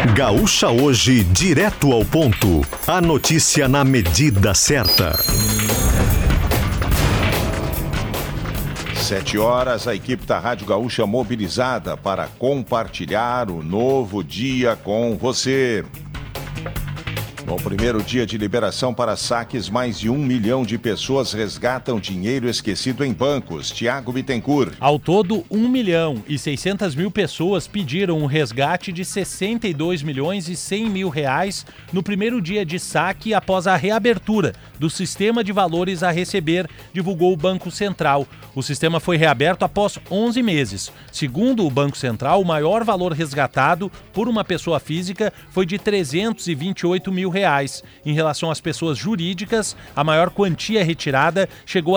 Gaúcha Hoje, direto ao ponto. A notícia na medida certa. 7h, a equipe da Rádio Gaúcha mobilizada para compartilhar o novo dia com você. No primeiro dia de liberação para saques, mais de 1 milhão de pessoas resgatam dinheiro esquecido em bancos. Tiago Bittencourt. Ao todo, 1.600.000 pessoas pediram um resgate de 62 milhões e 100 mil reais no primeiro dia de saque após a reabertura do sistema de valores a receber, divulgou o Banco Central. O sistema foi reaberto após 11 meses. Segundo o Banco Central, o maior valor resgatado por uma pessoa física foi de 328 mil reais. Em relação às pessoas jurídicas, a maior quantia retirada chegou a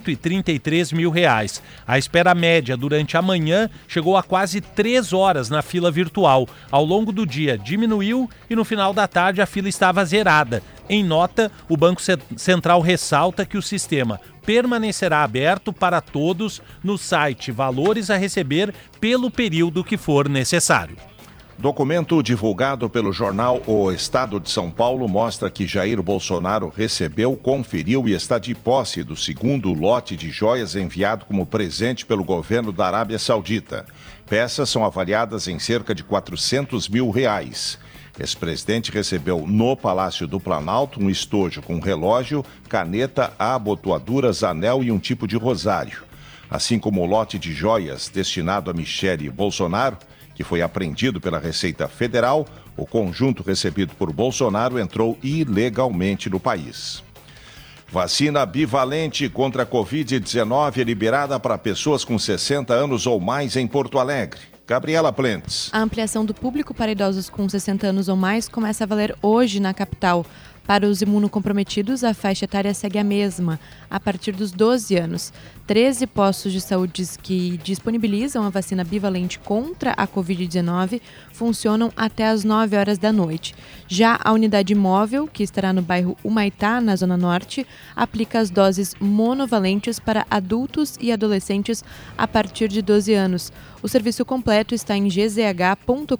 133 mil reais. A espera média durante a manhã chegou a quase 3 horas na fila virtual. Ao longo do dia diminuiu e no final da tarde a fila estava zerada. Em nota, o Banco Central ressalta que o sistema permanecerá aberto para todos no site Valores a Receber pelo período que for necessário. Documento divulgado pelo jornal O Estado de São Paulo mostra que Jair Bolsonaro recebeu, conferiu e está de posse do segundo lote de joias enviado como presente pelo governo da Arábia Saudita. Peças são avaliadas em cerca de 400 mil reais. Ex-presidente recebeu no Palácio do Planalto um estojo com relógio, caneta, abotoaduras, anel e um tipo de rosário. Assim como o lote de joias destinado a Michele Bolsonaro, que foi apreendido pela Receita Federal, o conjunto recebido por Bolsonaro entrou ilegalmente no país. Vacina bivalente contra a Covid-19 é liberada para pessoas com 60 anos ou mais em Porto Alegre. Gabriela Plentes. A ampliação do público para idosos com 60 anos ou mais começa a valer hoje na capital. Para os imunocomprometidos, a faixa etária segue a mesma, a partir dos 12 anos. 13 postos de saúde que disponibilizam a vacina bivalente contra a Covid-19 funcionam até às 9 horas da noite. Já a unidade móvel, que estará no bairro Humaitá, na Zona Norte, aplica as doses monovalentes para adultos e adolescentes a partir de 12 anos. O serviço completo está em gzh.com.br.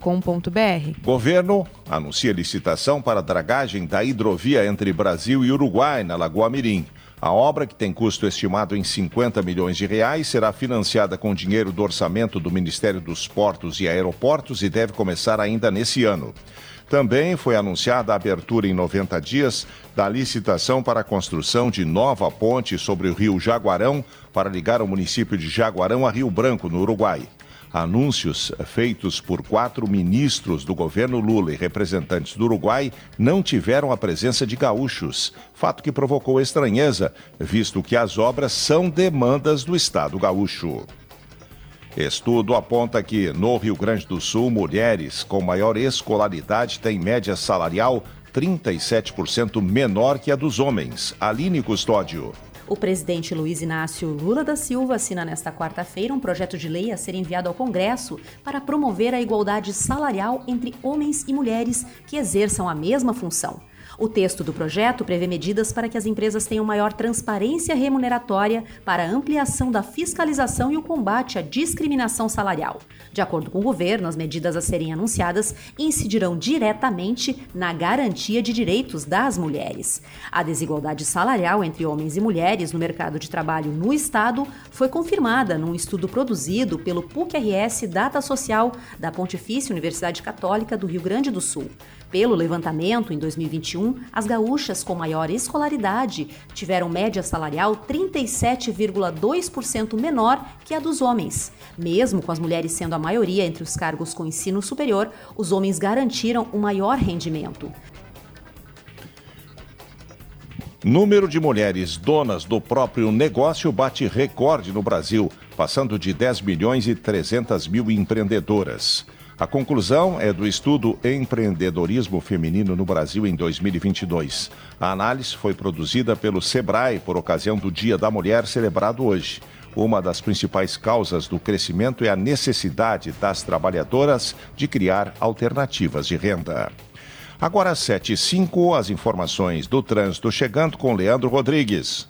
Governo anuncia licitação para a dragagem da hidrovia entre Brasil e Uruguai, na Lagoa Mirim. A obra, que tem custo estimado em 50 milhões de reais, será financiada com dinheiro do orçamento do Ministério dos Portos e Aeroportos e deve começar ainda nesse ano. Também foi anunciada a abertura em 90 dias da licitação para a construção de nova ponte sobre o rio Jaguarão para ligar o município de Jaguarão a Rio Branco, no Uruguai. Anúncios feitos por 4 ministros do governo Lula e representantes do Uruguai não tiveram a presença de gaúchos, fato que provocou estranheza, visto que as obras são demandas do Estado gaúcho. Estudo aponta que, no Rio Grande do Sul, mulheres com maior escolaridade têm média salarial 37% menor que a dos homens. Aline Custódio. O presidente Luiz Inácio Lula da Silva assina nesta quarta-feira um projeto de lei a ser enviado ao Congresso para promover a igualdade salarial entre homens e mulheres que exerçam a mesma função. O texto do projeto prevê medidas para que as empresas tenham maior transparência remuneratória para a ampliação da fiscalização e o combate à discriminação salarial. De acordo com o governo, as medidas a serem anunciadas incidirão diretamente na garantia de direitos das mulheres. A desigualdade salarial entre homens e mulheres no mercado de trabalho no Estado foi confirmada num estudo produzido pelo PUC-RS Data Social da Pontifícia Universidade Católica do Rio Grande do Sul. Pelo levantamento, em 2021, as gaúchas com maior escolaridade tiveram média salarial 37,2% menor que a dos homens. Mesmo com as mulheres sendo a maioria entre os cargos com ensino superior, os homens garantiram um maior rendimento. Número de mulheres donas do próprio negócio bate recorde no Brasil, passando de 10 milhões e 300 mil empreendedoras. A conclusão é do estudo Empreendedorismo Feminino no Brasil em 2022. A análise foi produzida pelo Sebrae por ocasião do Dia da Mulher, celebrado hoje. Uma das principais causas do crescimento é a necessidade das trabalhadoras de criar alternativas de renda. Agora, 7h05, as informações do trânsito chegando com Leandro Rodrigues.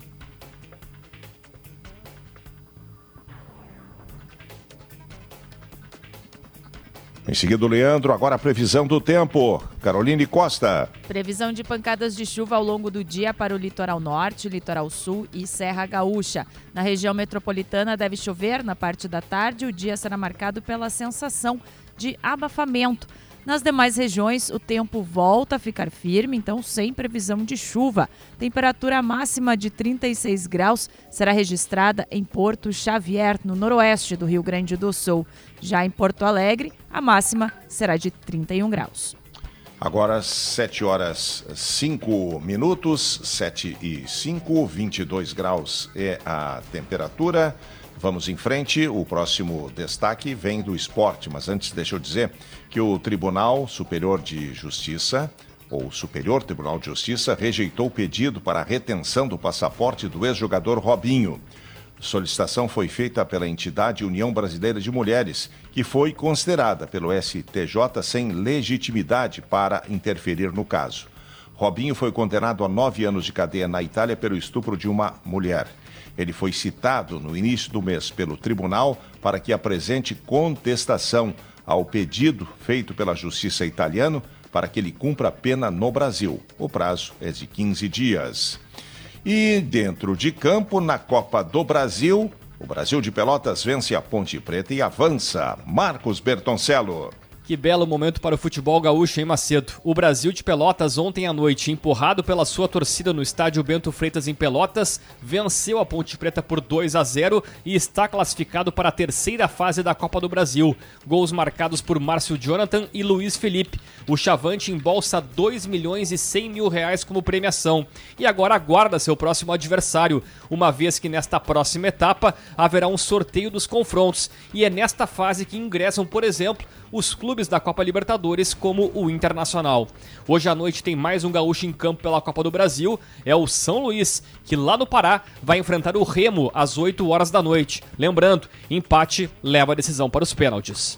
seguida o Leandro, agora a previsão do tempo. Caroline Costa. Previsão de pancadas de chuva ao longo do dia para o litoral norte, litoral sul e Serra Gaúcha. Na região metropolitana deve chover na parte da tarde. O dia será marcado pela sensação de abafamento. Nas demais regiões, o tempo volta a ficar firme, então sem previsão de chuva. Temperatura máxima de 36 graus será registrada em Porto Xavier, no noroeste do Rio Grande do Sul. Já em Porto Alegre, a máxima será de 31 graus. Agora 7h05, 7h05, 22 graus é a temperatura. Vamos em frente, o próximo destaque vem do esporte, mas antes deixa eu dizer que o Tribunal Superior de Justiça, ou Superior Tribunal de Justiça, rejeitou o pedido para a retenção do passaporte do ex-jogador Robinho. Solicitação foi feita pela entidade União Brasileira de Mulheres, que foi considerada pelo STJ sem legitimidade para interferir no caso. Robinho foi condenado a 9 anos de cadeia na Itália pelo estupro de uma mulher. Ele foi citado no início do mês pelo tribunal para que apresente contestação ao pedido feito pela Justiça italiana para que ele cumpra a pena no Brasil. O prazo é de 15 dias. E dentro de campo, na Copa do Brasil, o Brasil de Pelotas vence a Ponte Preta e avança. Marcos Bertoncello. Que belo momento para o futebol gaúcho, hein, Macedo? O Brasil de Pelotas, ontem à noite, empurrado pela sua torcida no estádio Bento Freitas em Pelotas, venceu a Ponte Preta por 2-0 e está classificado para a terceira fase da Copa do Brasil. Gols marcados por Márcio Jonathan e Luiz Felipe. O Chavante embolsa R$2.100.000 como premiação. E agora aguarda seu próximo adversário, uma vez que nesta próxima etapa haverá um sorteio dos confrontos. E é nesta fase que ingressam, por exemplo, os clubes da Copa Libertadores, como o Internacional. Hoje à noite tem mais um gaúcho em campo pela Copa do Brasil, é o São Luís, que lá no Pará vai enfrentar o Remo às 8 horas da noite. Lembrando, empate leva a decisão para os pênaltis.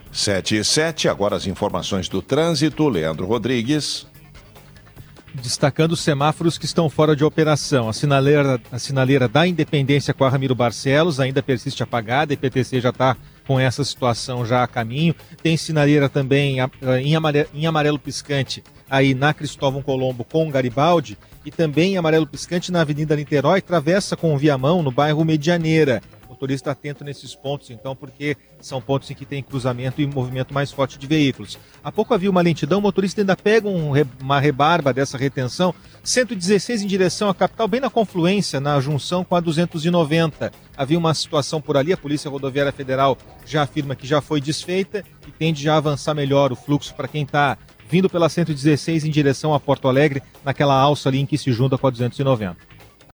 7h07, agora as informações do trânsito, Leandro Rodrigues. Destacando os semáforos que estão fora de operação. A sinaleira da Independência com a Ramiro Barcelos ainda persiste apagada, a IPTC já está com essa situação já a caminho. Tem sinaleira também em amarelo piscante aí na Cristóvão Colombo com Garibaldi e também em amarelo piscante na Avenida Niterói, travessa com Viamão no bairro Medianeira. O motorista atento nesses pontos, então, porque são pontos em que tem cruzamento e movimento mais forte de veículos. Há pouco havia uma lentidão, o motorista ainda pega uma rebarba dessa retenção, 116 em direção à capital, bem na confluência, na junção com a 290. Havia uma situação por ali, a Polícia Rodoviária Federal já afirma que já foi desfeita e tende já a avançar melhor o fluxo para quem está vindo pela 116 em direção a Porto Alegre, naquela alça ali em que se junta com a 290.